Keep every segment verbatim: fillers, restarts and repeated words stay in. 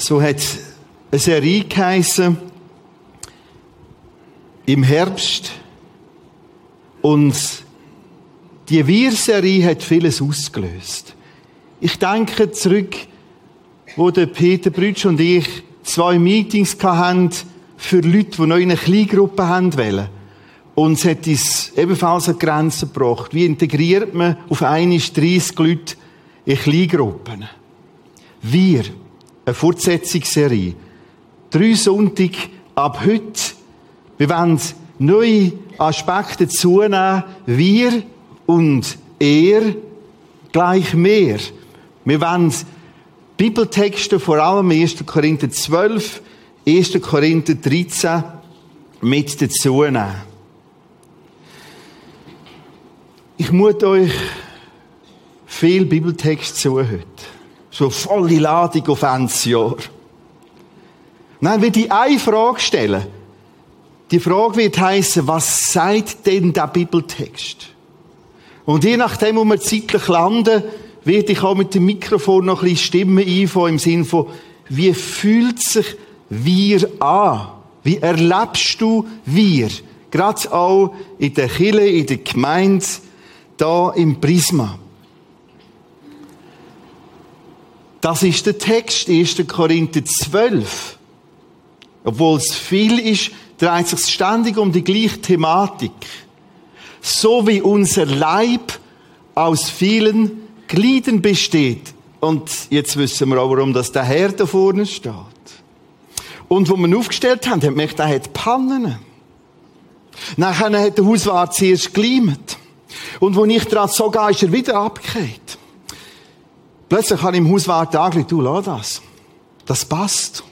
So hat eine Serie geheissen, im Herbst. Und die Wir-Serie hat vieles ausgelöst. Ich denke zurück, wo der Peter Brütsch und ich zwei Meetings hatten für Leute, die noch in einer Kleingruppe haben wollen. Und es hat uns ebenfalls an Grenzen gebracht. Wie integriert man auf einmal dreissig Leute in Kleingruppen? Wir, eine Fortsetzungsserie. Drei Sonntage ab heute. Wir wollen neue Aspekte zunehmen. Wir und er gleich mehr. Wir wollen Bibeltexte, vor allem erster Korinther zwölf, erster Korinther dreizehn, mit dazu nehmen. Ich mute euch viel Bibeltext zu heute. So volle Ladung auf ein Jahr. Nein, will ich eine Frage stellen. Die Frage wird heissen, was sagt denn der Bibeltext? Und je nachdem, wo wir zeitlich landen, werde ich auch mit dem Mikrofon noch ein bisschen Stimmen einfangen, im Sinne von, wie fühlt sich wir an? Wie erlebst du wir? Gerade auch in der Kirche, in der Gemeinde, da im Prisma. Das ist der Text, erster Korinther zwölf. Obwohl es viel ist, dreht sich ständig um die gleiche Thematik. So wie unser Leib aus vielen Gliedern besteht. Und jetzt wissen wir auch, warum das der Herr da vorne steht. Und wo wir aufgestellt haben, hat man gedacht, der hat Pannen. Nachher hat der Hauswart zuerst geleimt. Und wo ich dran so gehe, ist er wieder abgekehrt. Plötzlich habe ich im Hauswart angelegt, du, lass das. Das passt.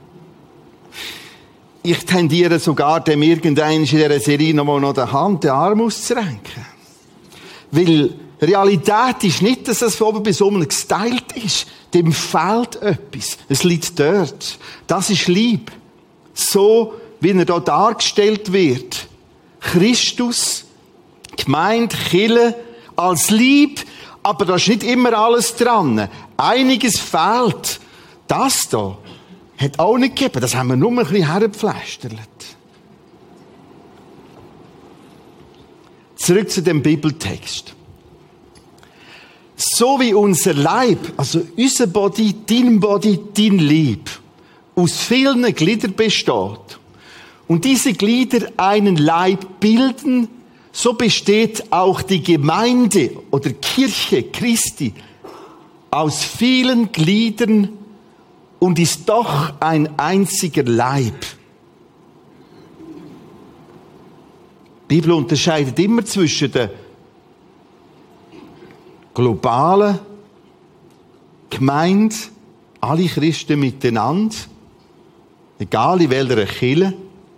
Ich tendiere sogar, dem irgendeinen in dieser Serie nochmal noch die Hand, den Arm auszurenken. Weil Realität ist nicht, dass es von oben bis unten gestylt ist. Dem fehlt etwas. Es liegt dort. Das ist lieb. So, wie er da dargestellt wird. Christus, Gemeinde, Kirche, als lieb, aber da ist nicht immer alles dran. Einiges fehlt. Das da hat auch nicht gegeben. Das haben wir nur ein bisschen hergepflästert. Zurück zu dem Bibeltext. So wie unser Leib, also unser Body, dein Body, dein Leib, aus vielen Gliedern besteht und diese Glieder einen Leib bilden, so besteht auch die Gemeinde oder Kirche Christi aus vielen Gliedern und ist doch ein einziger Leib. Die Bibel unterscheidet immer zwischen der globalen Gemeinde, alle Christen miteinander, egal in welcher Kirche.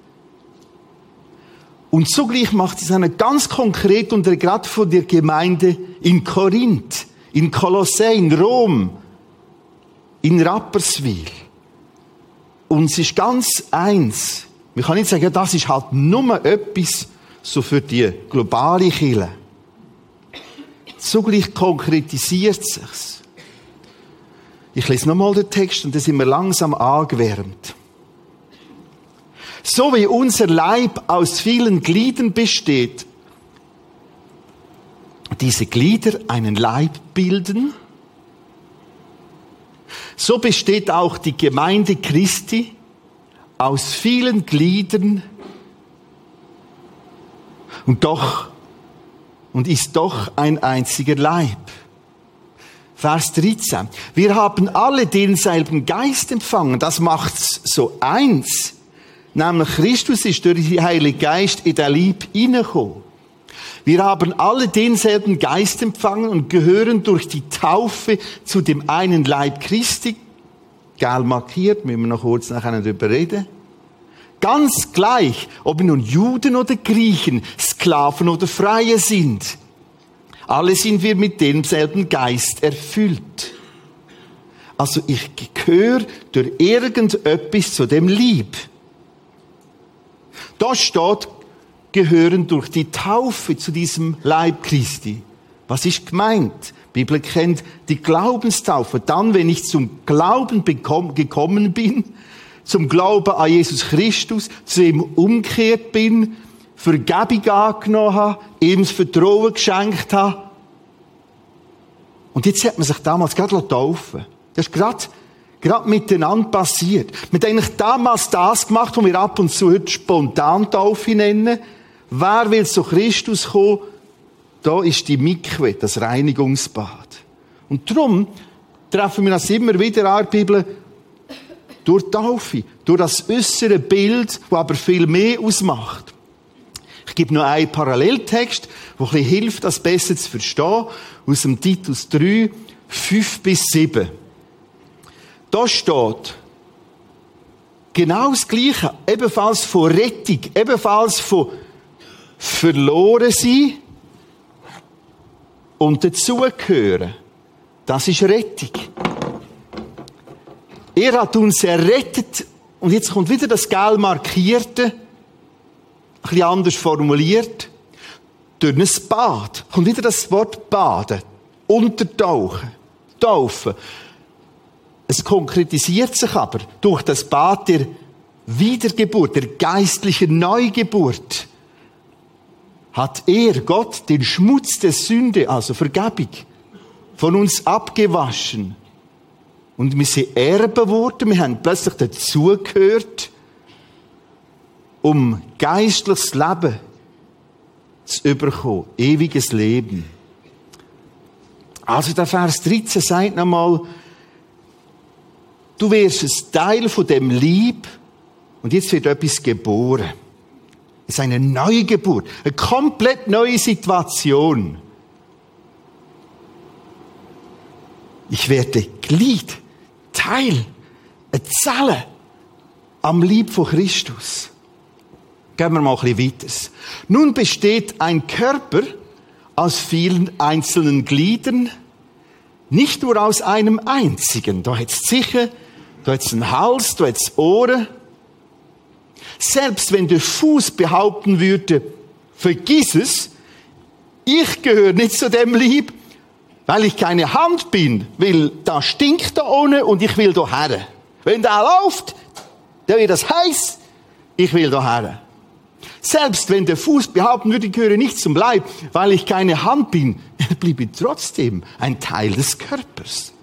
Und zugleich macht es einen ganz konkret und gerade von der Gemeinde in Korinth, in Kolossä, in Rom, in Rapperswil. Und es ist ganz eins. Man kann nicht sagen, das ist halt nur etwas so für die globale Kirche. Zugleich konkretisiert sich's. Ich lese nochmal den Text und dann sind wir langsam angewärmt. So wie unser Leib aus vielen Gliedern besteht, diese Glieder einen Leib bilden, so besteht auch die Gemeinde Christi aus vielen Gliedern und doch und ist doch ein einziger Leib. Vers dreizehn. Wir haben alle denselben Geist empfangen. Das macht's so eins. Nämlich Christus ist durch den Heiligen Geist in den Leib hineingekommen. Wir haben alle denselben Geist empfangen und gehören durch die Taufe zu dem einen Leib Christi. Gelb markiert, müssen wir noch kurz nachher darüber reden. Ganz gleich, ob nun Juden oder Griechen, Sklaven oder Freie sind. Alle sind wir mit demselben Geist erfüllt. Also ich gehöre durch irgendetwas zu dem Leib. Da steht, gehören durch die Taufe zu diesem Leib Christi. Was ist gemeint? Die Bibel kennt die Glaubenstaufe. Dann, wenn ich zum Glauben bekomm, gekommen bin, zum Glauben an Jesus Christus, zu ihm umgekehrt bin, Vergebung angenommen habe, ihm das Vertrauen geschenkt habe. Und jetzt hat man sich damals gerade taufen. Das ist gerade, gerade miteinander passiert. Man hat eigentlich damals das gemacht, was wir ab und zu heute Spontantaufe nennen. Wer will zu Christus kommen? Da ist die Mikwe, das Reinigungsbad. Und darum treffen wir das immer wieder an der Bibel durch Taufe, durch das äußere Bild, das aber viel mehr ausmacht. Ich gebe noch einen Paralleltext, der ein bisschen hilft, das besser zu verstehen, aus dem Titus drei, fünf bis sieben. Da steht genau das Gleiche, ebenfalls von Rettung, ebenfalls von verloren sein und dazugehören. Das ist Rettung. Er hat uns errettet, und jetzt kommt wieder das gelb markierte, ein bisschen anders formuliert, durch ein Bad. Kommt wieder das Wort baden, untertauchen, taufen. Es konkretisiert sich aber durch das Bad der Wiedergeburt, der geistlichen Neugeburt. Hat er, Gott, den Schmutz der Sünde, also Vergebung, von uns abgewaschen. Und wir sind Erben geworden, wir haben plötzlich dazugehört, um geistliches Leben zu bekommen, ewiges Leben. Also der Vers dreizehn sagt nochmal, du wirst ein Teil von dem Lieb und jetzt wird etwas geboren. Es ist eine Neugeburt, eine komplett neue Situation. Ich werde Glied, Teil, eine Zelle am Lieb von Christus. Gehen wir mal ein bisschen weiter. Nun besteht ein Körper aus vielen einzelnen Gliedern, nicht nur aus einem einzigen. Da hat es sicher, da hat es einen Hals, da hat es Ohren. Selbst wenn der Fuß behaupten würde, vergiss es, ich gehöre nicht zu dem Lieb, weil ich keine Hand bin, weil da stinkt da ohne und ich will da her. Wenn der läuft, dann wird das heiß, ich will da her. Selbst wenn der Fuß behaupten würde, ich gehöre nicht zum Leib, weil ich keine Hand bin, bliebe trotzdem ein Teil des Körpers.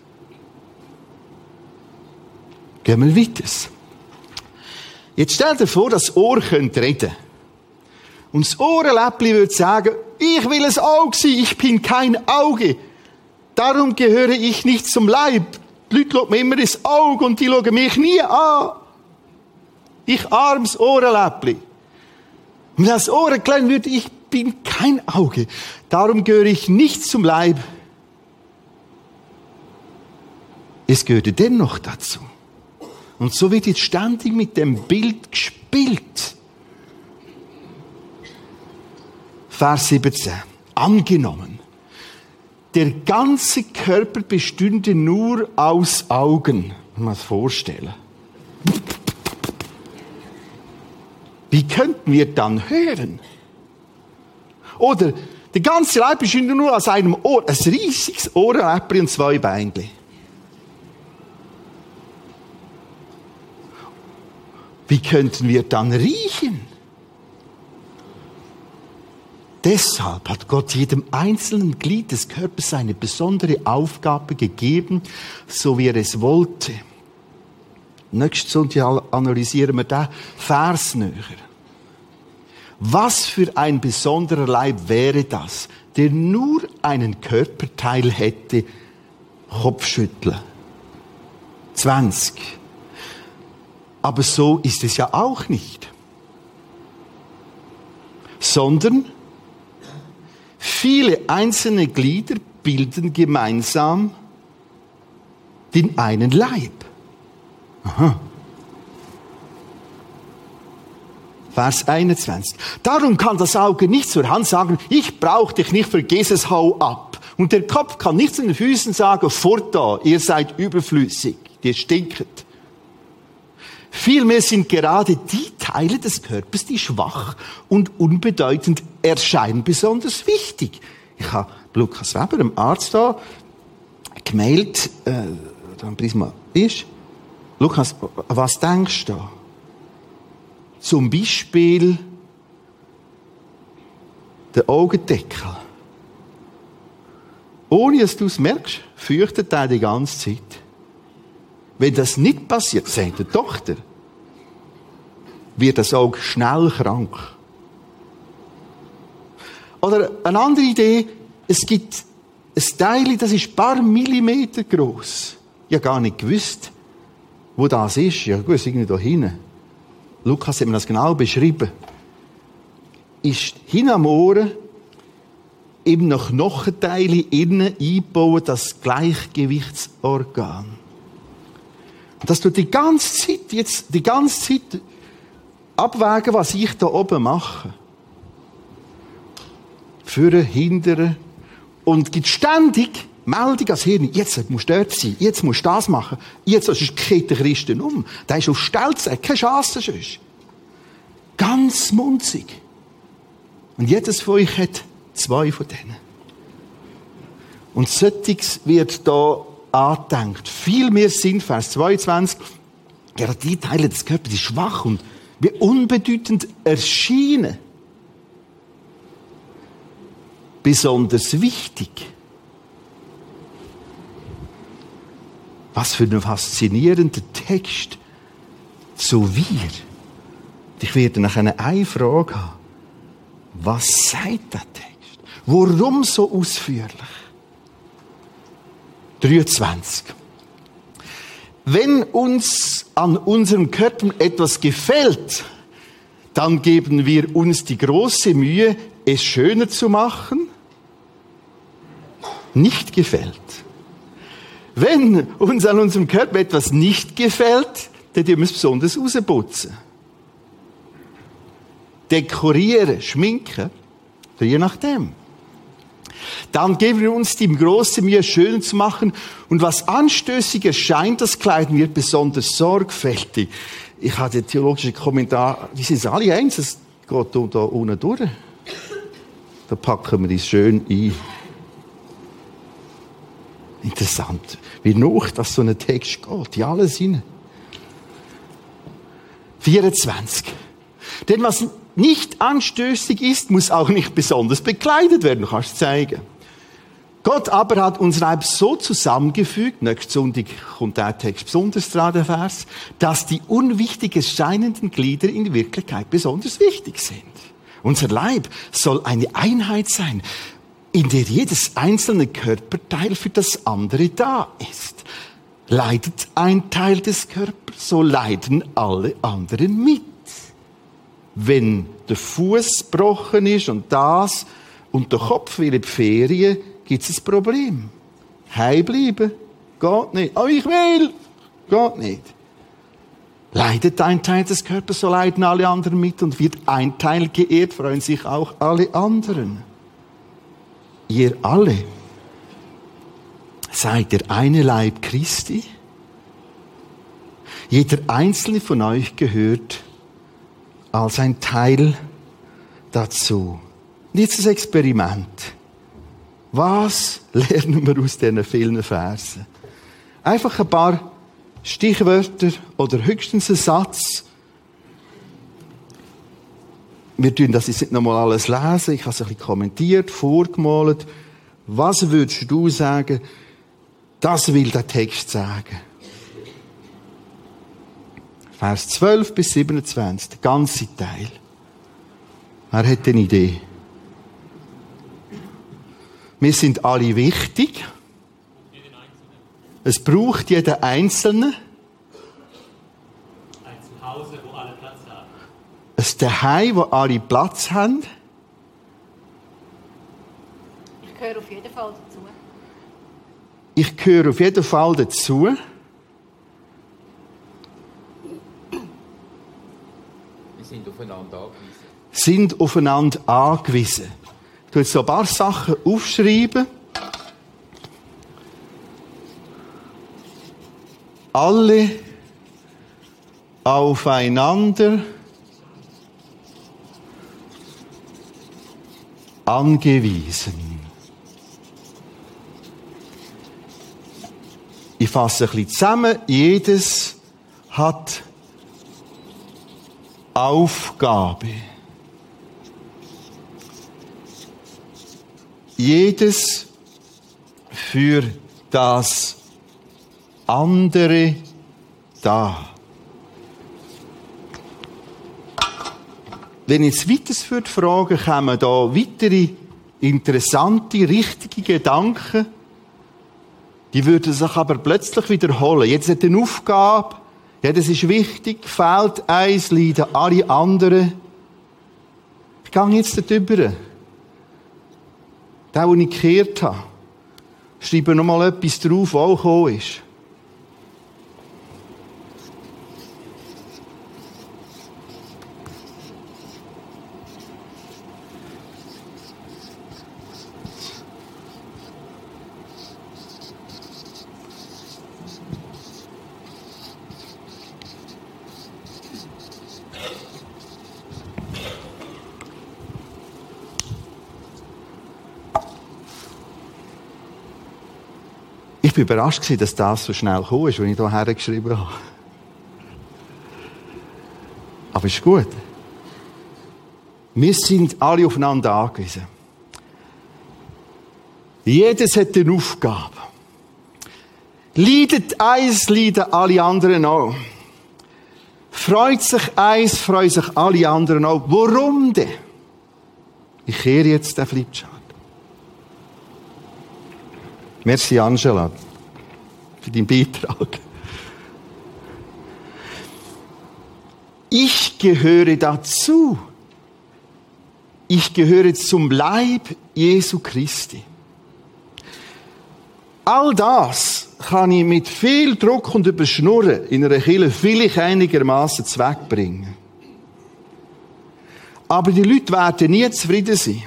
Gehen wir weiter. Jetzt stell dir vor, das Ohr könnte reden. Und das Ohrenläppli würde sagen, ich will ein Auge sein, ich bin kein Auge. Darum gehöre ich nicht zum Leib. Die Leute schauen mir immer ins Auge und die schauen mich nie an. Ich armes Ohrenläppli. Und wenn das Ohr erklären würde, ich bin kein Auge. Darum gehöre ich nicht zum Leib. Es gehörte dennoch dazu. Und so wird jetzt ständig mit dem Bild gespielt. Vers siebzehn. Angenommen, der ganze Körper bestünde nur aus Augen. Kann man sich vorstellen. Wie könnten wir dann hören? Oder der ganze Leib bestünde nur aus einem Ohr, ein riesiges Ohrenläppli und zwei Beinchen. Wie könnten wir dann riechen? Deshalb hat Gott jedem einzelnen Glied des Körpers eine besondere Aufgabe gegeben, so wie er es wollte. Nächstes Sonntag analysieren wir den Vers näher. Was für ein besonderer Leib wäre das, der nur einen Körperteil hätte? Kopfschütteln. zwanzig. Aber so ist es ja auch nicht. Sondern viele einzelne Glieder bilden gemeinsam den einen Leib. Aha. Vers einundzwanzig. Darum kann das Auge nicht zur Hand sagen, ich brauche dich nicht, vergiss es, hau ab. Und der Kopf kann nicht zu den Füßen sagen, fort da, ihr seid überflüssig, ihr stinket. Vielmehr sind gerade die Teile des Körpers, die schwach und unbedeutend erscheinen, besonders wichtig. Ich habe Lukas Weber, einem Arzt da, Gemälde, äh, da ein Prisma ist. Lukas, was denkst du da? Zum Beispiel der Augendeckel. Ohne dass du es merkst, fürchtet er die ganze Zeit. Wenn das nicht passiert, sagt die Tochter, wird das Auge schnell krank. Oder eine andere Idee, es gibt ein Teil, das ist ein paar Millimeter gross. Ich habe gar nicht gewusst, wo das ist. Ja gut, es ist irgendwie da hinten. Lukas hat mir das genau beschrieben. Ist hinten am Ohr eben noch Knochenteile innen eingebaut, das Gleichgewichtsorgan. Und das tut die ganze Zeit, jetzt die ganze Zeit abwägen, was ich da oben mache. Führen, hindern. Und gibt ständig Meldung ans Hirn. Jetzt musst du dort sein. Jetzt musst du das machen. Jetzt sonst kehrt der Christen um. Der ist auf Stelzen. Keine Chance sonst. Ganz munzig. Und jedes von euch hat zwei von denen. Und solches wird da angedenkt. Viel mehr Sinn, Vers zweiundzwanzig. Gerade die Teile des Körpers, die schwach und wie unbedeutend erscheinen. Besonders wichtig. Was für ein faszinierender Text. So wir. Ich werde nach einer eine Frage haben. Was sagt der Text? Warum so ausführlich? dreiundzwanzig. Wenn uns an unserem Körper etwas gefällt, dann geben wir uns die große Mühe, es schöner zu machen. Nicht gefällt. Wenn uns an unserem Körper etwas nicht gefällt, dann dürfen wir es besonders rausputzen. Dekorieren, schminken, je nachdem. Dann geben wir uns die große Mühe, schön zu machen. Und was anstößig erscheint, das kleiden wir besonders sorgfältig. Ich habe den theologischen Kommentar, die sind alle eins, es geht da unten durch. Da packen wir das schön ein. Interessant, wie noch das so ein Text geht, in alle Sinne. vierundzwanzig. Denn was nicht anstößig ist, muss auch nicht besonders bekleidet werden. Du kannst es zeigen. Gott aber hat uns Leib so zusammengefügt, nächsten Sonntag kommt der Text besonders dran, der Vers, dass die unwichtig erscheinenden Glieder in Wirklichkeit besonders wichtig sind. Unser Leib soll eine Einheit sein, in der jedes einzelne Körperteil für das andere da ist. Leidet ein Teil des Körpers, so leiden alle anderen mit. Wenn der Fuß gebrochen ist und das und der Kopf will in die Ferien, gibt es ein Problem. Heimbleiben geht nicht. Oh, ich will, geht nicht. Leidet ein Teil des Körpers, so leiden alle anderen mit und wird ein Teil geehrt, freuen sich auch alle anderen. Ihr alle seid der eine Leib Christi. Jeder einzelne von euch gehört als ein Teil dazu. Und jetzt das Experiment. Was lernen wir aus diesen vielen Versen? Einfach ein paar Stichwörter oder höchstens einen Satz. Wir tun das jetzt nicht nochmal alles lesen. Ich habe es ein bisschen kommentiert, vorgemalt. Was würdest du sagen, das will der Text sagen? Vers zwölf bis siebenundzwanzig, der ganze Teil. Wer hat eine Idee? Wir sind alle wichtig. Es braucht jeden Einzelnen. Ein Zuhause, wo alle Platz haben. Ein Zuhause, wo alle Platz haben. Ich gehöre auf jeden Fall dazu. Ich gehöre auf jeden Fall dazu. Wir sind aufeinander angewiesen. Sind aufeinander angewiesen. Ich tue jetzt so ein paar Sachen aufschreiben. Alle aufeinander angewiesen. Ich fasse ein bisschen zusammen. Jedes hat Aufgabe. Jedes für das andere da. Wenn ich jetzt weiterführt frage, kommen da weitere interessante, richtige Gedanken. Die würden sich aber plötzlich wiederholen. Jetzt hat eine Aufgabe, ja, das ist wichtig, fehlt eins, leiden alle anderen. Ich gehe jetzt darüber. Der, den ich gekehrt habe, schreibe noch mal etwas drauf, was auch gekommen ist. Ich war überrascht, dass das so schnell gekommen ist, als ich hier hergeschrieben habe. Aber ist gut. Wir sind alle aufeinander angewiesen. Jedes hat eine Aufgabe. Leidet eins, leiden alle anderen auch. Freut sich eins, freuen sich alle anderen auch. Warum denn? Ich kehre jetzt den Flipchart. Merci, Angela, für deinen Beitrag. Ich gehöre dazu. Ich gehöre zum Leib Jesu Christi. All das kann ich mit viel Druck und Überschnurren in einer Kirche vielleicht einigermaßen zweckbringen. Aber die Leute werden nie zufrieden sein.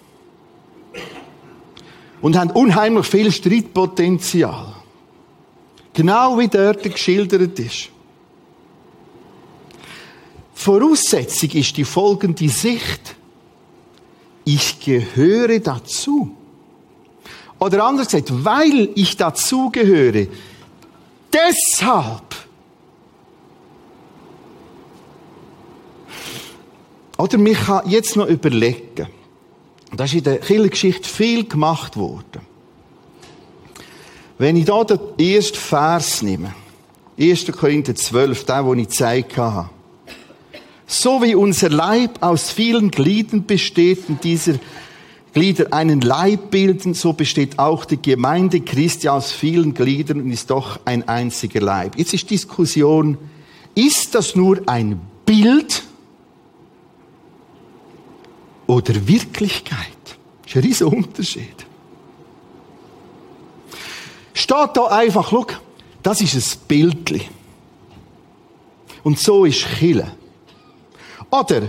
Und haben unheimlich viel Streitpotenzial. Genau wie dort geschildert ist. Voraussetzung ist die folgende Sicht. Ich gehöre dazu. Oder anders gesagt, weil ich dazugehöre, deshalb. Oder mich kann jetzt noch überlegen. Da ist in der Kirchengeschichte viel gemacht worden. Wenn ich hier den ersten Vers nehme, erster Korinther zwölf, den, den ich gezeigt habe. So wie unser Leib aus vielen Gliedern besteht und dieser Glieder einen Leib bilden, so besteht auch die Gemeinde Christi aus vielen Gliedern und ist doch ein einziger Leib. Jetzt ist Diskussion, ist das nur ein Bild oder Wirklichkeit? Das ist ein riesiger Unterschied. Steht da einfach, schau, das ist ein Bildchen. Und so ist Kirche. Oder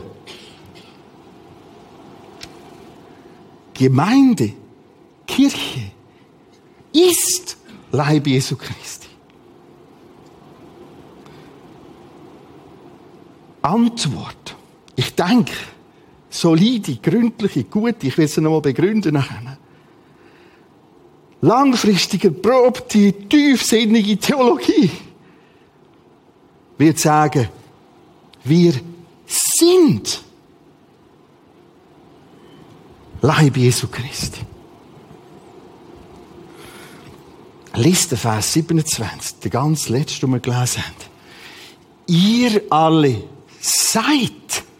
Gemeinde, Kirche ist Leib Jesu Christi. Antwort. Ich denke, solide, gründliche, gute, ich will es noch mal begründen nachher. Langfristige, erprobte, tiefsinnige Theologie wird sagen, wir sind Leib Jesu Christi. Lies den Vers siebenundzwanzig, der ganz letzte, den wir gelesen haben. Ihr alle seid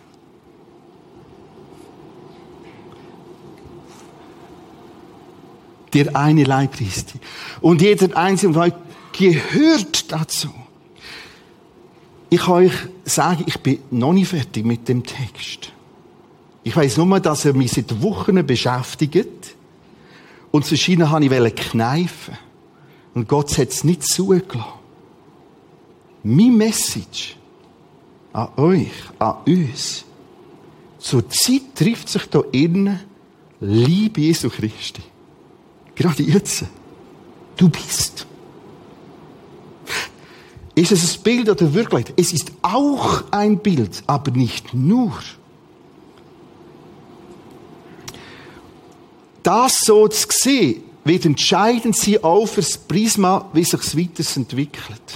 der eine Leib Christi. Und jeder einzelne von euch gehört dazu. Ich kann euch sagen, ich bin noch nicht fertig mit dem Text. Ich weiss nur, dass er mich seit Wochen beschäftigt. Und zwischen habe ich kneifen. Und Gott hat es nicht zugelassen. Meine Message an euch, an uns. Zur Zeit trifft sich da innen Liebe Jesu Christi. Gerade jetzt. Du bist. Ist es ein Bild oder Wirklichkeit? Es ist auch ein Bild, aber nicht nur. Das so zu sehen, wird entscheidend sein, auch für das Prisma, wie sich es weiterentwickelt.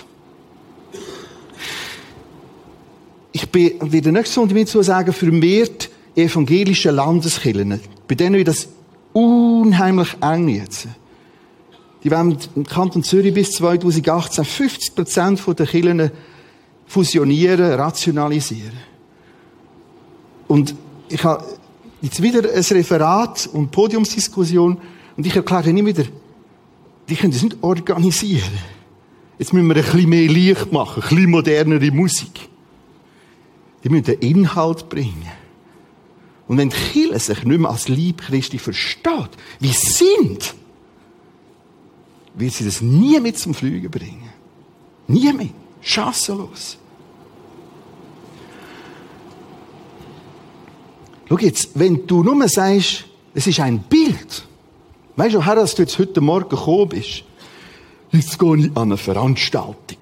Ich bin, werde nicht so damit zu sagen, vermehrt evangelische Landeskirchen. Bei denen wird das unheimlich eng jetzt. Die werden im Kanton Zürich bis zweitausendachtzehn fünfzig Prozent der Kirchen fusionieren, rationalisieren. Und ich habe jetzt wieder ein Referat und Podiumsdiskussion und ich erkläre nicht wieder, die können das nicht organisieren. Jetzt müssen wir ein bisschen mehr Licht machen, ein bisschen modernere Musik. Die müssen den Inhalt bringen. Und wenn die Kirche sich nicht mehr als Leib Christi versteht, wie sie sind, wird sie das nie mit zum Fliegen bringen. Nie mehr. Chancenlos. Schau jetzt, wenn du nur sagst, es ist ein Bild. Weißt du, Herr, dass du jetzt heute Morgen gekommen bist? Jetzt gehe ich an eine Veranstaltung.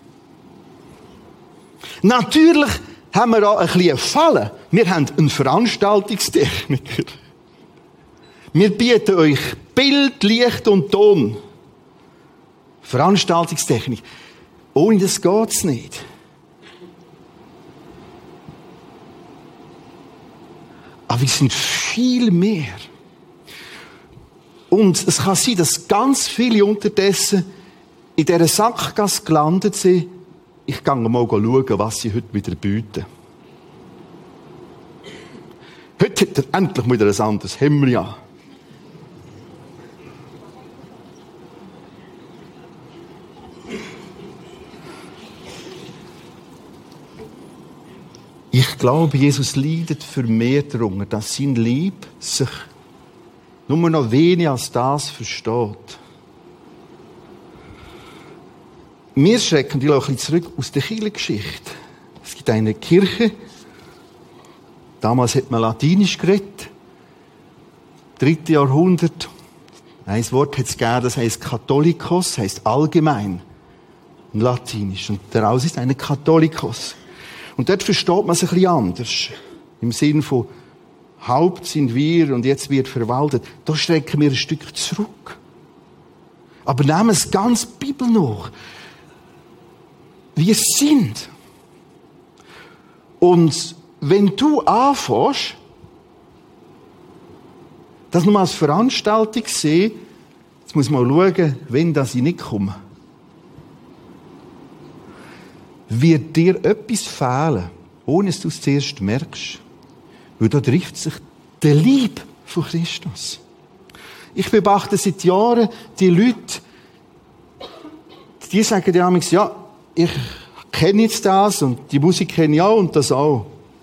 Natürlich haben wir da ein bisschen Fallen. Wir haben einen Veranstaltungstechniker. Wir bieten euch Bild, Licht und Ton. Veranstaltungstechnik. Ohne das geht's nicht. Aber wir sind viel mehr. Und es kann sein, dass ganz viele unterdessen in dieser Sackgasse gelandet sind. Ich gehe mal schauen, was sie heute wieder bieten. Heute hat er endlich wieder ein anderes Hemd an. Ich glaube, Jesus leidet vermehrt darunter, dass sein Leib sich nur noch wenig als das versteht. Wir schrecken die ein bisschen zurück aus der Kirchengeschichte. Es gibt eine Kirche, damals hat man Latinisch geredet, dritte Jahrhundert. Ein Wort hat es gegeben, das heisst Katholikos, das heisst allgemein, in Latinisch. Und daraus ist eine Katholikos. Und dort versteht man es ein bisschen anders. Im Sinn von, Haupt sind wir und jetzt wird verwaltet. Da strecken wir ein Stück zurück. Aber nehmen es ganz Bibel nach. Wir sind. Und wenn du anfängst, das nochmal als Veranstaltung sehen, jetzt muss man schauen, wenn das ich nicht komme. Wird dir etwas fehlen, ohne dass du es zuerst merkst. Weil da trifft sich der Leib von Christus. Ich beobachte seit Jahren die Leute, die sagen ja manchmal, ja, ich kenne jetzt das und die Musik kenne ich auch und das auch.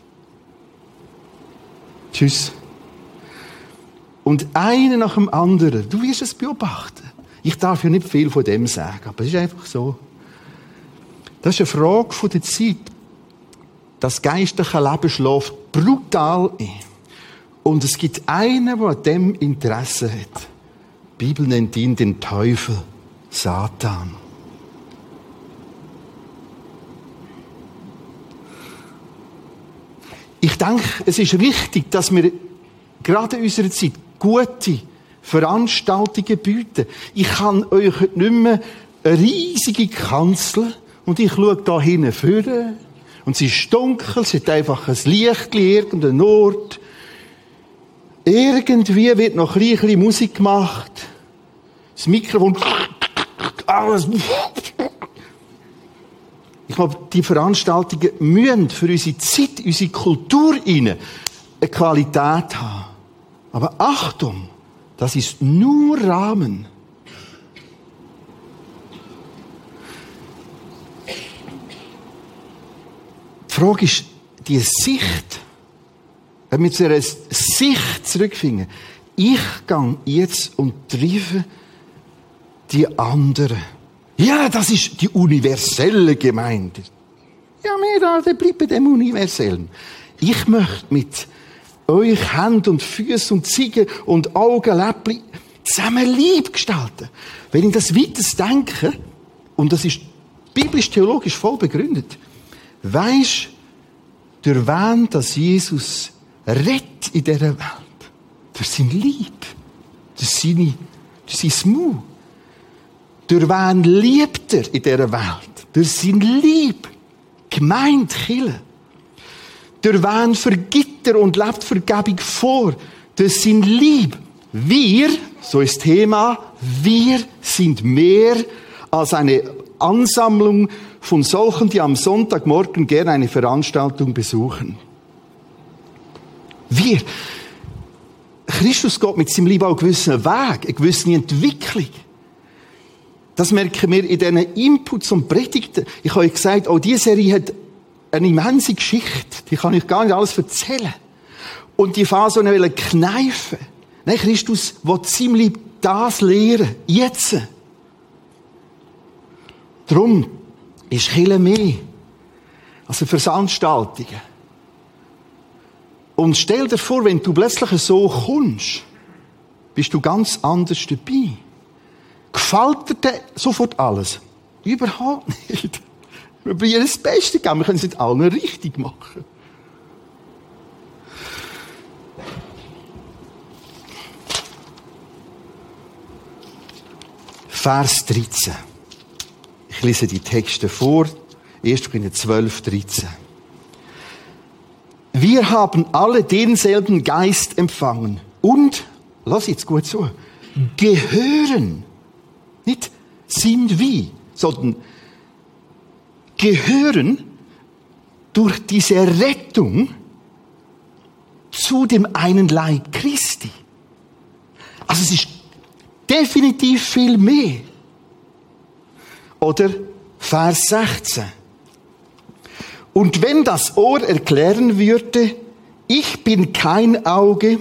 Tschüss. Und einer nach dem anderen, du wirst es beobachten. Ich darf ja nicht viel von dem sagen, aber es ist einfach so. Das ist eine Frage von der Zeit. Das geistliche Leben schläft brutal ein. Und es gibt einen, der an dem Interesse hat. Die Bibel nennt ihn den Teufel, Satan. Ich denke, es ist wichtig, dass wir gerade in unserer Zeit gute Veranstaltungen bieten. Ich kann euch nicht mehr eine riesige Kanzel und ich schaue da hinten vorne und es ist dunkel, es hat einfach ein Licht, irgendein Ort. Irgendwie wird noch ein bisschen Musik gemacht. Das Mikrofon, alles. Ich glaube, die Veranstaltungen müssen für unsere Zeit, unsere Kultur eine Qualität haben. Aber Achtung, das ist nur Rahmen. Die Frage ist, die Sicht, wenn wir zu einer Sicht zurückfinden, ich gehe jetzt und treffe die anderen. Ja, das ist die universelle Gemeinde. Ja, wir da, der bleibt bei dem Universellen. Ich möchte mit euch Hand und Füße und Ziegen und Augen, Läppli zusammen lieb gestalten. Wenn ich das weiter denke, und das ist biblisch-theologisch voll begründet, weisst durch wen, dass Jesus rettet in dieser Welt? Durch sein Lieb, durch seine durch sein Maul. Durch wen liebt er in dieser Welt? Durch sein Lieb. Gemeinde, Kirche. Durch wen vergibt er und lebt Vergebung vor? Durch sein Lieb. Wir, so ist das Thema, wir sind mehr als eine Ansammlung von solchen, die am Sonntagmorgen gerne eine Veranstaltung besuchen. Wir. Christus geht mit seinem Lieb auch einen gewissen Weg, eine gewisse Entwicklung. Das merken wir in diesen Inputs und Predigten. Ich habe euch gesagt, auch diese Serie hat eine immense Geschichte. Die kann ich gar nicht alles erzählen. Und die Phase, die er kneifen will. Nein, Christus will seinem Lieb das lehren. Jetzt. Darum ist Kirche mehr als eine Veranstaltung. Und stell dir vor, wenn du plötzlich so kommst, bist du ganz anders dabei. Gefällt dir denn sofort alles? Überhaupt nicht. Wir probieren das Beste geben, wir können es nicht allen richtig machen. Vers dreizehn. Ich lese die Texte vor. erst Korinther zwölf, dreizehn. Wir haben alle denselben Geist empfangen und, lass jetzt gut zu, gehören. Nicht sind wie, sondern gehören durch diese Rettung zu dem einen Leib Christi. Also es ist definitiv viel mehr. Oder Vers sechzehn. Und wenn das Ohr erklären würde, ich bin kein Auge,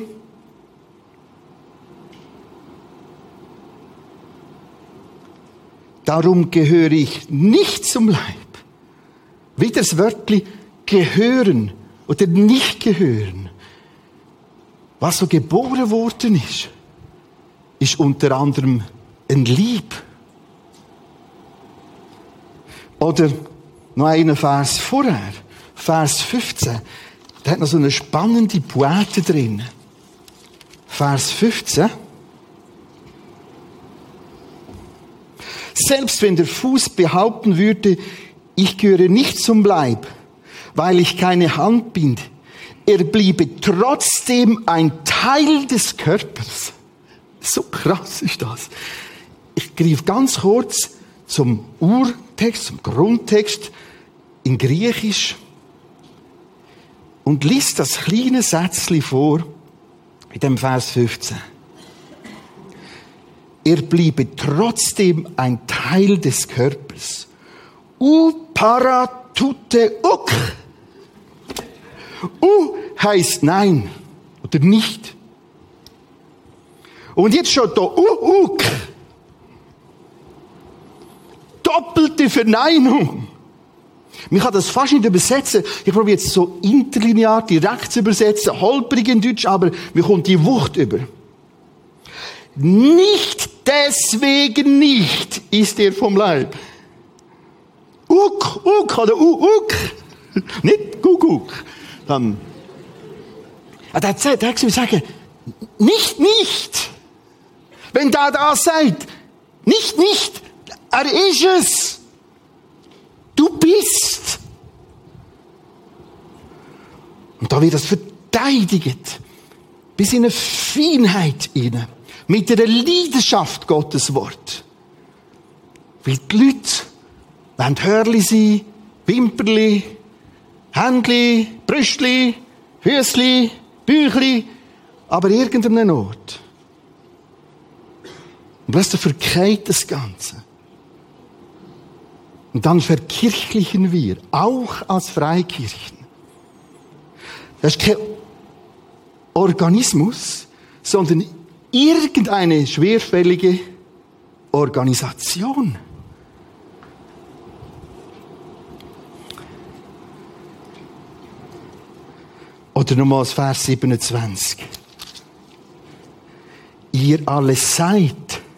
darum gehöre ich nicht zum Leib. Wieder das Wörtchen gehören oder nicht gehören. Was so geboren worden ist, ist unter anderem ein Lieb. Oder noch einen Vers vorher, Vers fünfzehn. Da hat noch so eine spannende Pointe drin. Vers fünfzehn. Selbst wenn der Fuß behaupten würde, ich gehöre nicht zum Leib, weil ich keine Hand bin, er bliebe trotzdem ein Teil des Körpers. So krass ist das. Ich greife ganz kurz zum Urtext, zum Grundtext in Griechisch und liest das kleine Sätzchen vor in dem Vers fünfzehn. Er bliebe trotzdem ein Teil des Körpers. U para tutte uk. U heißt nein oder nicht. Und jetzt schon da u uk. Doppelte Verneinung. Man kann das fast nicht übersetzen. Ich probiere jetzt so interlinear direkt zu übersetzen, holprig in Deutsch, aber mir kommt die Wucht über. Nicht deswegen nicht ist er vom Leib. Uk, uk oder u, uk. Nicht guguk. Dann, ah, da hat er gesagt, nicht, nicht. Wenn da da seid, nicht, nicht. Er ist es. Du bist. Und da wird das verteidigt. Bis in eine Feinheit hinein. Mit einer Leidenschaft Gottes Wort. Weil die Leute wollen Hörli sein, Wimperli, Händli, Brüstli, Füssli, Büchli, aber irgendeinem Ort. Und plötzlich verkehrt das Ganze. Und dann verkirchlichen wir, auch als Freikirchen. Das ist kein Organismus, sondern irgendeine schwerfällige Organisation. Oder nochmals Vers siebenundzwanzig. Ihr alle seid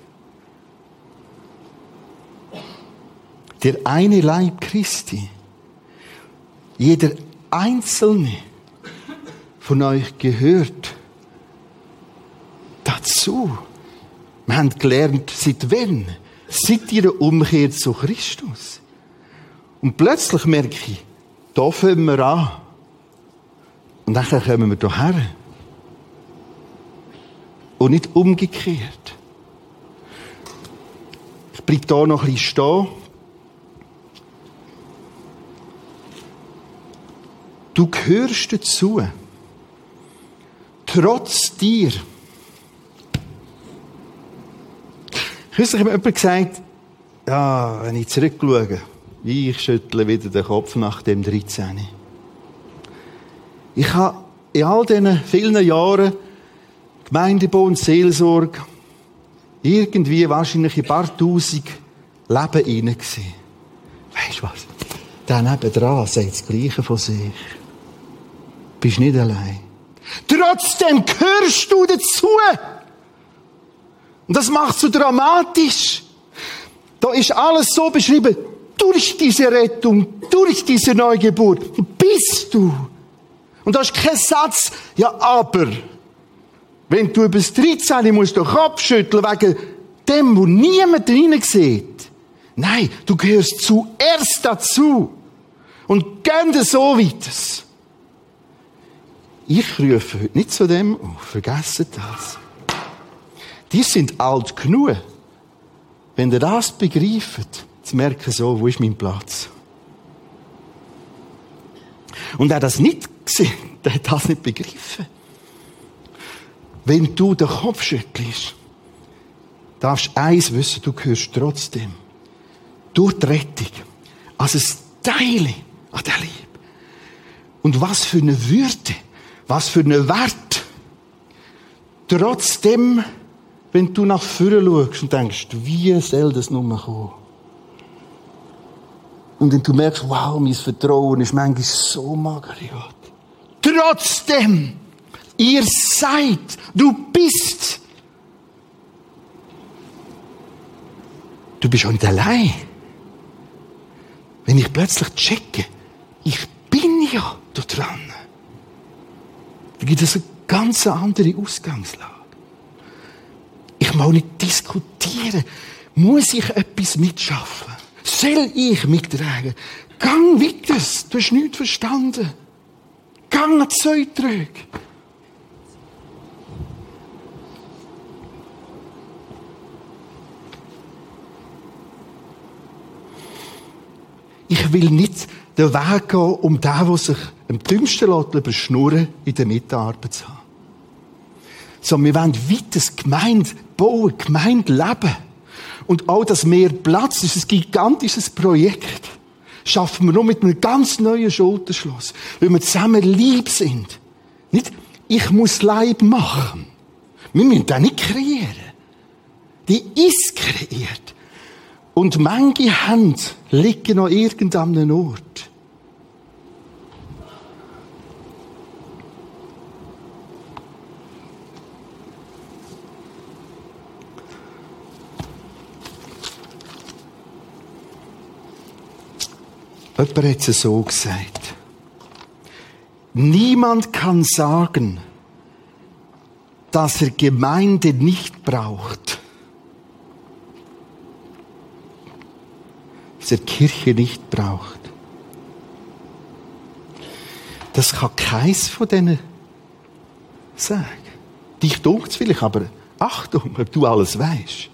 der eine Leib Christi. Jeder einzelne von euch gehört dazu. Wir haben gelernt, seit wann? Seit ihrer Umkehr zu Christus. Und plötzlich merke ich, da fangen wir an. Und dann kommen wir hierher. Und nicht umgekehrt. Ich bleibe hier noch ein bisschen stehen. Du gehörst dazu. Trotz dir. Kürzlich hat mir jemand gesagt, ja, wenn ich zurückschaue, ich schüttle wieder den Kopf nach dem dreizehn. Ich habe in all diesen vielen Jahren Gemeindebau und Seelsorge irgendwie wahrscheinlich ein paar Tausend Leben hineingesehen. Weisst du was? Der nebendran sagt das Gleiche von sich. Du bist nicht allein. Trotzdem gehörst du dazu. Und das macht es so dramatisch. Da ist alles so beschrieben. Durch diese Rettung, durch diese Neugeburt bist du. Und da ist kein Satz, ja, aber. Wenn du über das dreizehn musst, den Kopf schütteln wegen dem, wo niemand hinein sieht. Nein, du gehörst zuerst dazu. Und geh so weiter. Ich rufe heute nicht zu dem auf. Vergesst das. Die sind alt genug. Wenn ihr das begreift, zu merken, so, wo ist mein Platz? Und er das nicht gesehen, der hat das nicht begriffen. Wenn du den Kopf schüttelst, darfst du eins wissen, du gehörst trotzdem durch die Rettung als ein Teil an der Liebe. Und was für eine Würde, was für einen Wert. Trotzdem, wenn du nach vorne schaust und denkst, wie soll das nur kommen? Und wenn du merkst, wow, mein Vertrauen ist manchmal so mager, Gott. Trotzdem, ihr seid, du bist. Du bist auch nicht allein. Wenn ich plötzlich checke, ich bin ja da dran, dann gibt es eine ganz andere Ausgangslage. Ich muss nicht diskutieren. Muss ich etwas mitschaffen? Soll ich mittragen? Gang weiter. Du hast nichts verstanden. Gang an die Säutröge. Ich will nicht den Weg gehen, um den, der sich am dümmsten überschnurren in der Mitarbeit zu haben. Sondern wir wollen weiter Gemeinde bauen, Gemeinde leben. Und auch das mehr Platz, das ist ein gigantisches Projekt. Schaffen wir nur mit einem ganz neuen Schulterschluss. Weil wir zusammen lieb sind. Nicht, ich muss Leib machen. Wir müssen das nicht kreieren. Die ist kreiert. Und manche Hände liegen noch irgendeinem Ort. Jemand hat es so gesagt. Niemand kann sagen, dass er Gemeinde nicht braucht. Dass er Kirche nicht braucht. Das kann keins von denen sagen. Dich dunkt es vielleicht, aber Achtung, ob du alles weißt.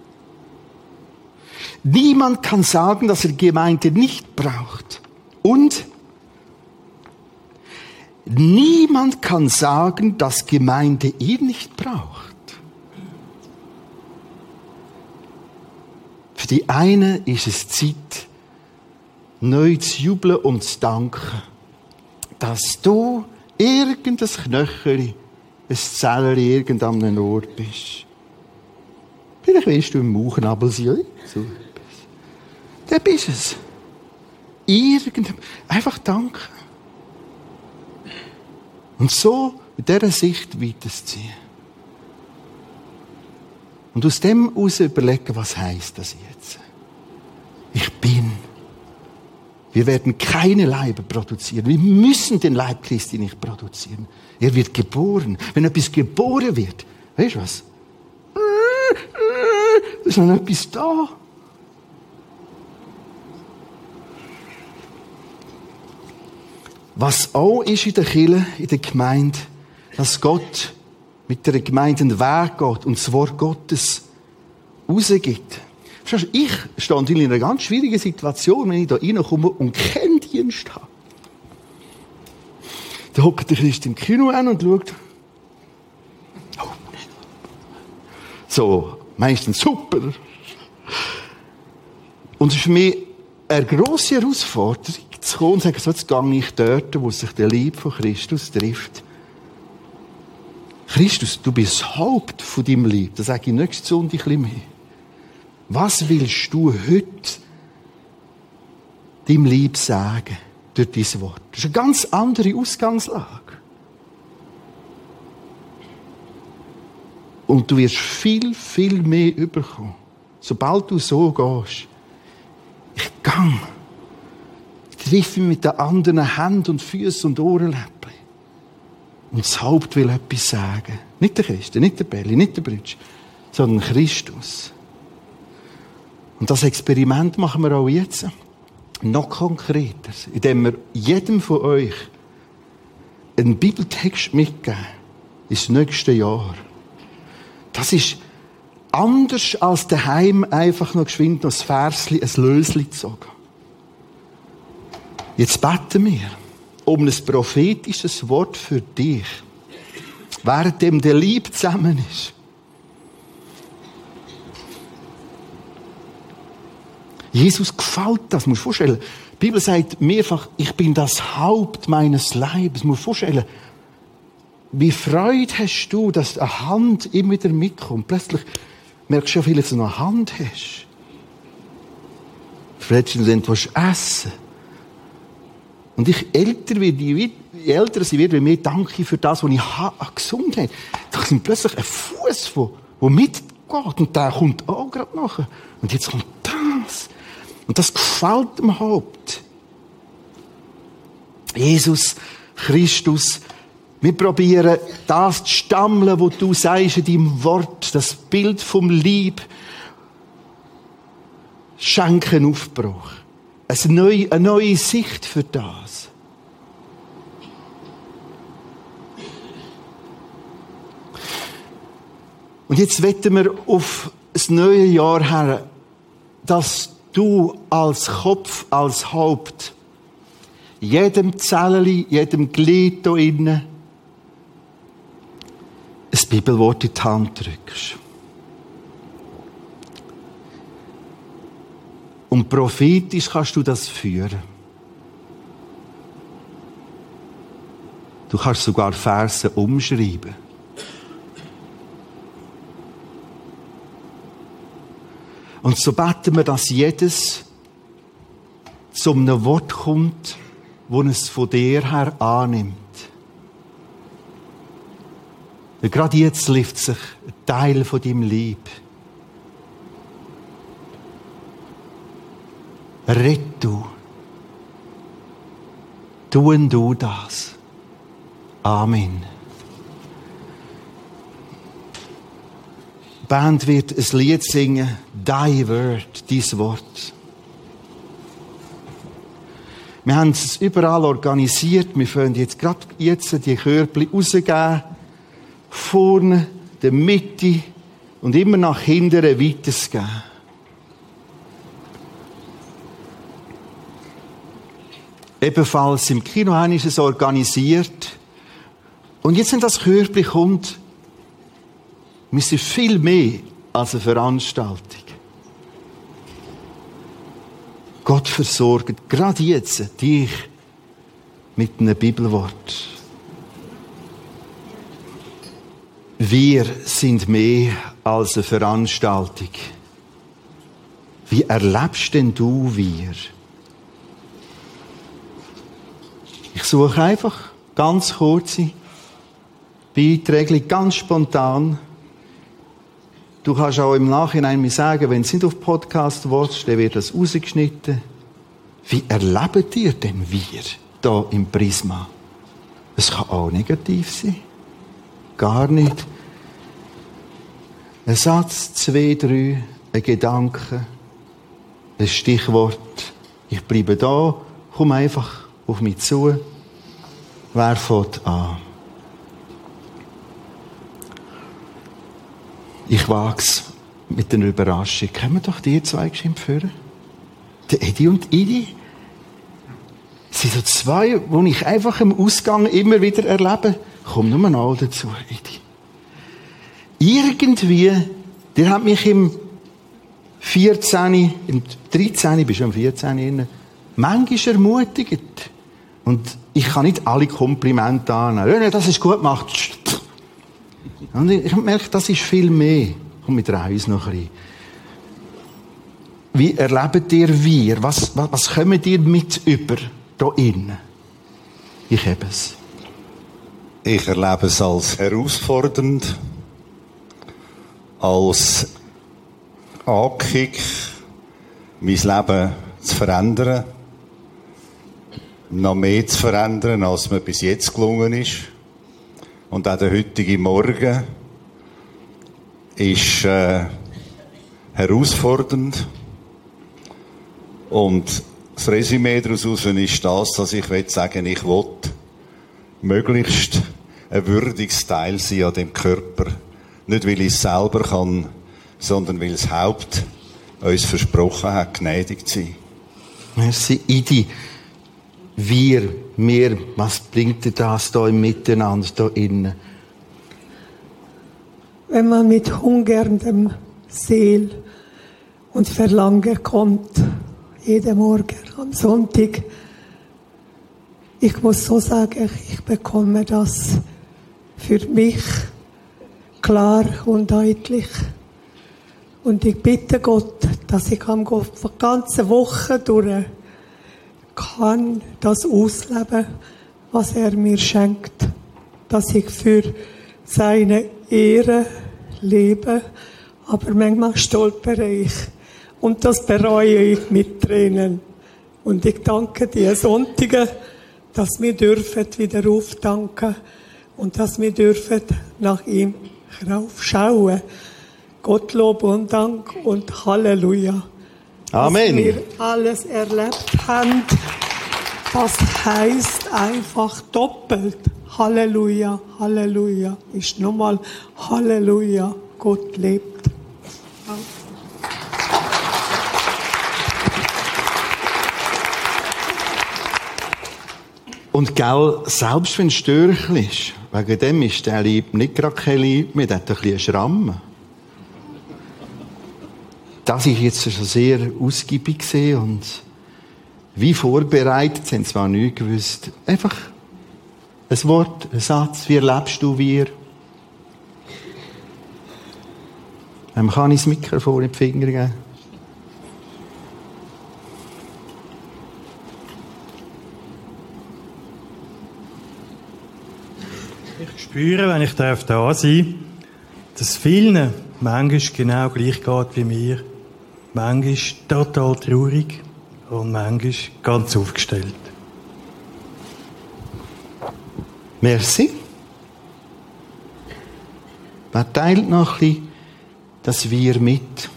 Niemand kann sagen, dass er Gemeinde nicht braucht. Und niemand kann sagen, dass Gemeinde ihn nicht braucht. Für die einen ist es Zeit, neu zu jubeln und zu danken, dass du irgendein Knöcheli, ein Zellerli irgendeinem Ort bist. Vielleicht willst du im Mauchnabel sein. So. Dann bist es. Irgendein, einfach danken. Und so mit dieser Sicht weiterzuziehen. Und aus dem heraus überlegen, was heisst das jetzt? Ich bin. Wir werden keine Leiber produzieren. Wir müssen den Leib Christi nicht produzieren. Er wird geboren. Wenn etwas geboren wird, weißt du was? ist noch etwas da. Was auch ist in der Kirche, in der Gemeinde, dass Gott mit der Gemeinde einen Weg geht und das Wort Gottes rausgibt. Verstehst du, ich stand in einer ganz schwierigen Situation, wenn ich da reinkomme und keinen Dienst habe. Da hockt der Christ im Kino an und schaut. Oh, so, meistens super. Und es ist für mich eine grosse Herausforderung, zu kommen und zu sagen, so, jetzt gehe ich dort, wo sich der Liebe von Christus trifft. Christus, du bist das Haupt von deinem Lieb. Das sage ich nächste Sonntag ein bisschen mehr. Was willst du heute deinem Lieb sagen durch dieses Wort? Das ist eine ganz andere Ausgangslage. Und du wirst viel, viel mehr überkommen. Sobald du so gehst. Ich gang. Ich treffe mich mit den anderen Händen und Füßen und Ohrenläppchen. Und das Haupt will etwas sagen. Nicht der Christen, nicht der Belli, nicht der Brütsch, sondern Christus. Und das Experiment machen wir auch jetzt. Noch konkreter. Indem wir jedem von euch einen Bibeltext mitgeben. Ins nächste Jahr. Das ist anders als daheim einfach noch geschwind noch ein Versli, ein Lösli zu sagen. Jetzt beten wir um ein prophetisches Wort für dich. Währenddem der Lieb zusammen ist. Jesus gefällt das. Du musst dir vorstellen, die Bibel sagt mehrfach, ich bin das Haupt meines Leibes. Du musst dir vorstellen, wie Freude hast du, dass eine Hand immer wieder mitkommt. Plötzlich merkst du ja viel, dass du noch eine Hand hast. Vielleicht du dann willst essen. Und ich älter werde, je älter ich werde, je mehr danke ich für das, was ich habe an Gesundheit. Da ist plötzlich ein Fuß, der mitgeht. Und der kommt auch gerade nachher. Und jetzt kommt das. Und das gefällt dem Haupt. Jesus Christus, wir probieren das zu stammeln, was du sagst in deinem Wort, das Bild vom Lieb, schenken Aufbruch. Eine neue, eine neue Sicht für das. Und jetzt wetten wir auf das neue Jahr her, dass du als Kopf, als Haupt, jedem Zellli, jedem Glied hier innen, ein Bibelwort in die Hand drückst. Und prophetisch kannst du das führen. Du kannst sogar Verse umschreiben. Und so beten wir, dass jedes zu einem Wort kommt, wo es von dir her annimmt. Weil gerade jetzt liftet sich ein Teil von deinem Lieb. Red du. Tun du das. Amen. Die Band wird ein Lied singen. Dein Wort, dein Wort. Wir haben es überall organisiert. Wir können jetzt gerade jetzt die Körbchen rausgeben. Vorne, der Mitte und immer nach hinten weitergeben. Ebenfalls im Kino ist es organisiert. Und jetzt, wenn das Körbchen kommt, ist es viel mehr als eine Veranstaltung. Gott versorgt gerade jetzt dich mit einem Bibelwort. Wir sind mehr als eine Veranstaltung. Wie erlebst denn du wir? Ich suche einfach ganz kurze Beiträge, ganz spontan. Du kannst auch im Nachhinein mir sagen, wenn du nicht auf Podcast willst, dann wird das rausgeschnitten. Wie erlebt ihr denn wir hier im Prisma? Es kann auch negativ sein. Gar nicht. Ein Satz, zwei, drei, ein Gedanke, ein Stichwort. Ich bleibe da, komm einfach auf mich zu. Wer fängt an? Ich wage es mit einer Überraschung. Können wir doch die zwei geschwind führen? Der Edi und Idi. Es sind so zwei, die ich einfach im Ausgang immer wieder erlebe. Komm nur mal dazu, Edi. Irgendwie, der hat mich im vierzehn, im dreizehn, bist du im vierzehn inne, manchmal ermutigt. Und ich kann nicht alle Komplimente annehmen. Ja, das ist gut gemacht. Und ich merke, das ist viel mehr. Komm, wir drehen uns noch ein bisschen. Wie erlebt ihr wir? Was, was, was kommt ihr mit über da innen? Ich habe es. Ich erlebe es als herausfordernd, als Ankick, mein Leben zu verändern, noch mehr zu verändern, als mir bis jetzt gelungen ist. Und auch der heutige Morgen ist äh, herausfordernd. Und das Resümee daraus ist das, dass ich sagen will, ich will möglichst ein würdiges Teil sein an dem Körper. Nicht, weil ich es selber kann, sondern weil das Haupt uns versprochen hat, gnädig zu sein. Merci, Idi. Wir, mir, was bringt dir das da im Miteinander, da innen? Wenn man mit hungerndem Seel und Verlangen kommt, jeden Morgen am Sonntag, ich muss so sagen, ich bekomme das für mich klar und deutlich. Und ich bitte Gott, dass ich am ganze Woche durch kann das ausleben, was er mir schenkt. Dass ich für seine Ehre lebe, aber manchmal stolpere ich. Und das bereue ich mit Tränen. Und ich danke dir Sonntage, dass wir dürfen wieder aufdanken und dass wir dürfen nach ihm raufschauen. Gottlob und Dank und Halleluja. Amen. Dass wir alles erlebt haben, das heisst einfach doppelt. Halleluja, Halleluja. Ist nochmal Halleluja, Gott lebt. Und gell, selbst wenn es Störchen ist, wegen dem ist der Lieb nicht gerade kein Lieb, mit hat ein bisschen Schrammen. Das ich jetzt schon sehr ausgiebig gesehen und wie vorbereitet, sind zwar nicht gewusst. Einfach ein Wort, ein Satz, wie erlebst du wir? Man kann ich das Mikrofon in die Finger geben. Ich spüre, wenn ich da sein darf, dass vielen manchmal genau gleich geht wie mir. Manchmal total traurig und manchmal ganz aufgestellt. Merci. Wer teilt noch ein bisschen das Wir mit?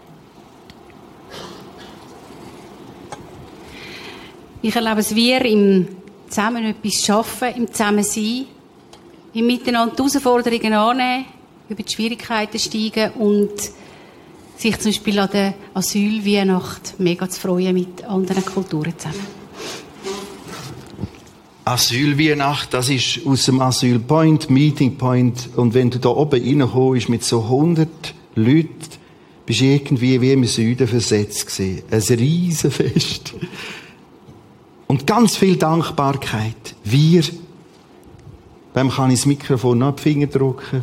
Ich erlebe es Wir im Zusammen etwas schaffen, im Zusammensein, im Miteinander die Herausforderungen annehmen, über die Schwierigkeiten steigen und sich zum Beispiel an der Asylweihnacht mega zu freuen mit anderen Kulturen zusammen. Asylweihnacht, das ist aus dem Asylpoint, Meeting Point. Und wenn du da oben reinkommst mit so hundert Leuten, bist du irgendwie wie im Süden versetzt gewesen. Ein Riesenfest. Und ganz viel Dankbarkeit. Wir, wem kann ich das Mikrofon noch auf die Finger drücken?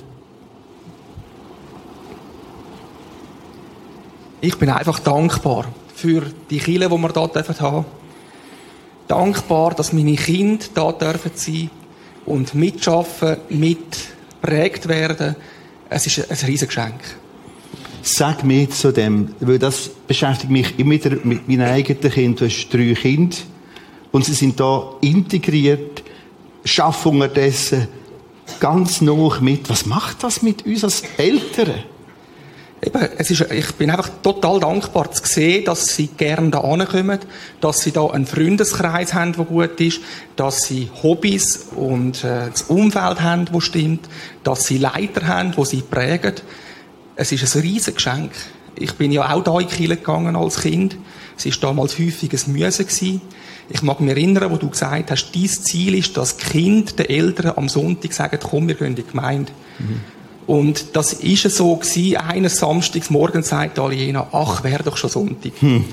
Ich bin einfach dankbar für die Kirche, die wir hier haben dürfen. Dankbar, dass meine Kinder da dürfen sein und mitschaffen, mitprägt werden. Es ist ein riesiges Geschenk. Sag mir zu dem, weil das beschäftigt mich immer wieder mit meinen eigenen Kindern. Du hast drei Kinder und sie sind da integriert, schaffen unterdessen ganz nah mit. Was macht das mit uns als Eltern? Eben, es ist, ich bin einfach total dankbar zu sehen, dass sie gerne da ankommen, dass sie da einen Freundeskreis haben, der gut ist, dass sie Hobbys und äh, das Umfeld haben, das stimmt, dass sie Leiter haben, die sie prägen. Es ist ein riesiges Geschenk. Ich bin ja auch da in die Kirche gegangen als Kind. Es war damals häufig ein Müssen gewesen. Ich mag mich erinnern, wo du gesagt hast, dein Ziel ist, dass die Kinder den Eltern am Sonntag sagen, komm, wir gehen in die Gemeinde. Mhm. Und das ist so gewesen. Eines Samstags morgens sagt Aliena, ach, wäre doch schon Sonntag. Hm.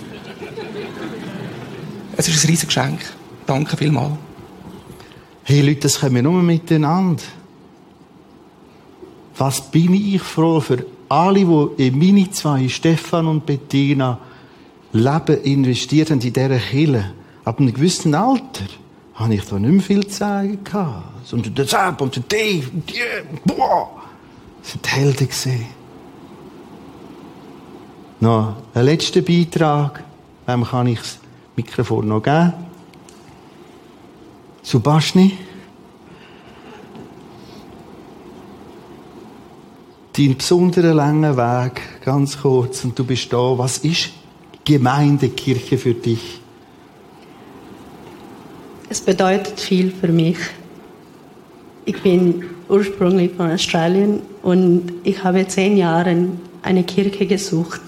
Es ist ein riesiges Geschenk. Danke vielmals. Hey Leute, das können wir nur miteinander. Was bin ich froh für alle, die in meine zwei, Stefan und Bettina, Leben investiert haben in dieser Kirche. Ab einem gewissen Alter habe ich da nicht mehr viel zu sagen gehabt. Sondern der Sepp und der Dave und die, boah. Das sind die Helden gesehen. Noch ein letzter Beitrag. Wem kann ich das Mikrofon noch geben? Zu Baschni. Dein besonderen langen Weg, ganz kurz, und du bist da. Was ist Gemeindekirche für dich? Es bedeutet viel für mich. Ich bin ursprünglich von Australien und ich habe zehn Jahre eine Kirche gesucht.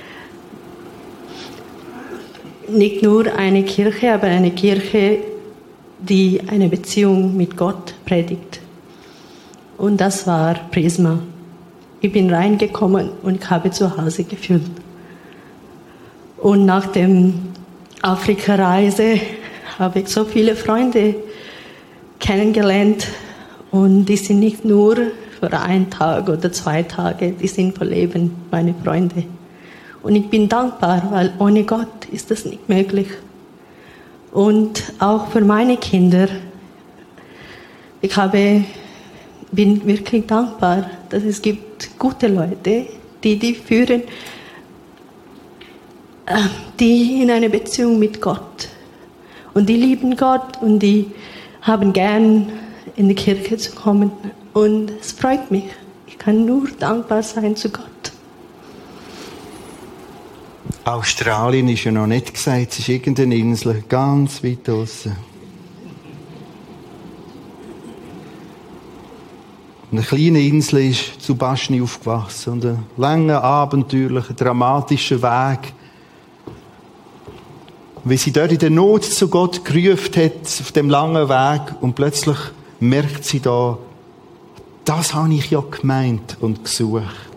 Nicht nur eine Kirche, aber eine Kirche, die eine Beziehung mit Gott predigt. Und das war Prisma. Ich bin reingekommen und ich habe zu Hause gefühlt. Und nach der Afrika-Reise habe ich so viele Freunde kennengelernt. Und die sind nicht nur für einen Tag oder zwei Tage, die sind für Leben meine Freunde. Und ich bin dankbar, weil ohne Gott ist das nicht möglich. Und auch für meine Kinder. Ich habe, bin wirklich dankbar, dass es gibt gute Leute, die die führen, die in eine Beziehung mit Gott. Und die lieben Gott und die haben gern in die Kirche zu kommen. Und es freut mich. Ich kann nur dankbar sein zu Gott. Australien ist ja noch nicht gesagt, es ist irgendeine Insel, ganz weit draussen. Eine kleine Insel ist zu Baschni aufgewachsen und ein langer, abenteuerlicher, dramatischer Weg. Wie sie dort in der Not zu Gott gerufen hat, auf dem langen Weg, und plötzlich merkt sie da, das habe ich ja gemeint und gesucht.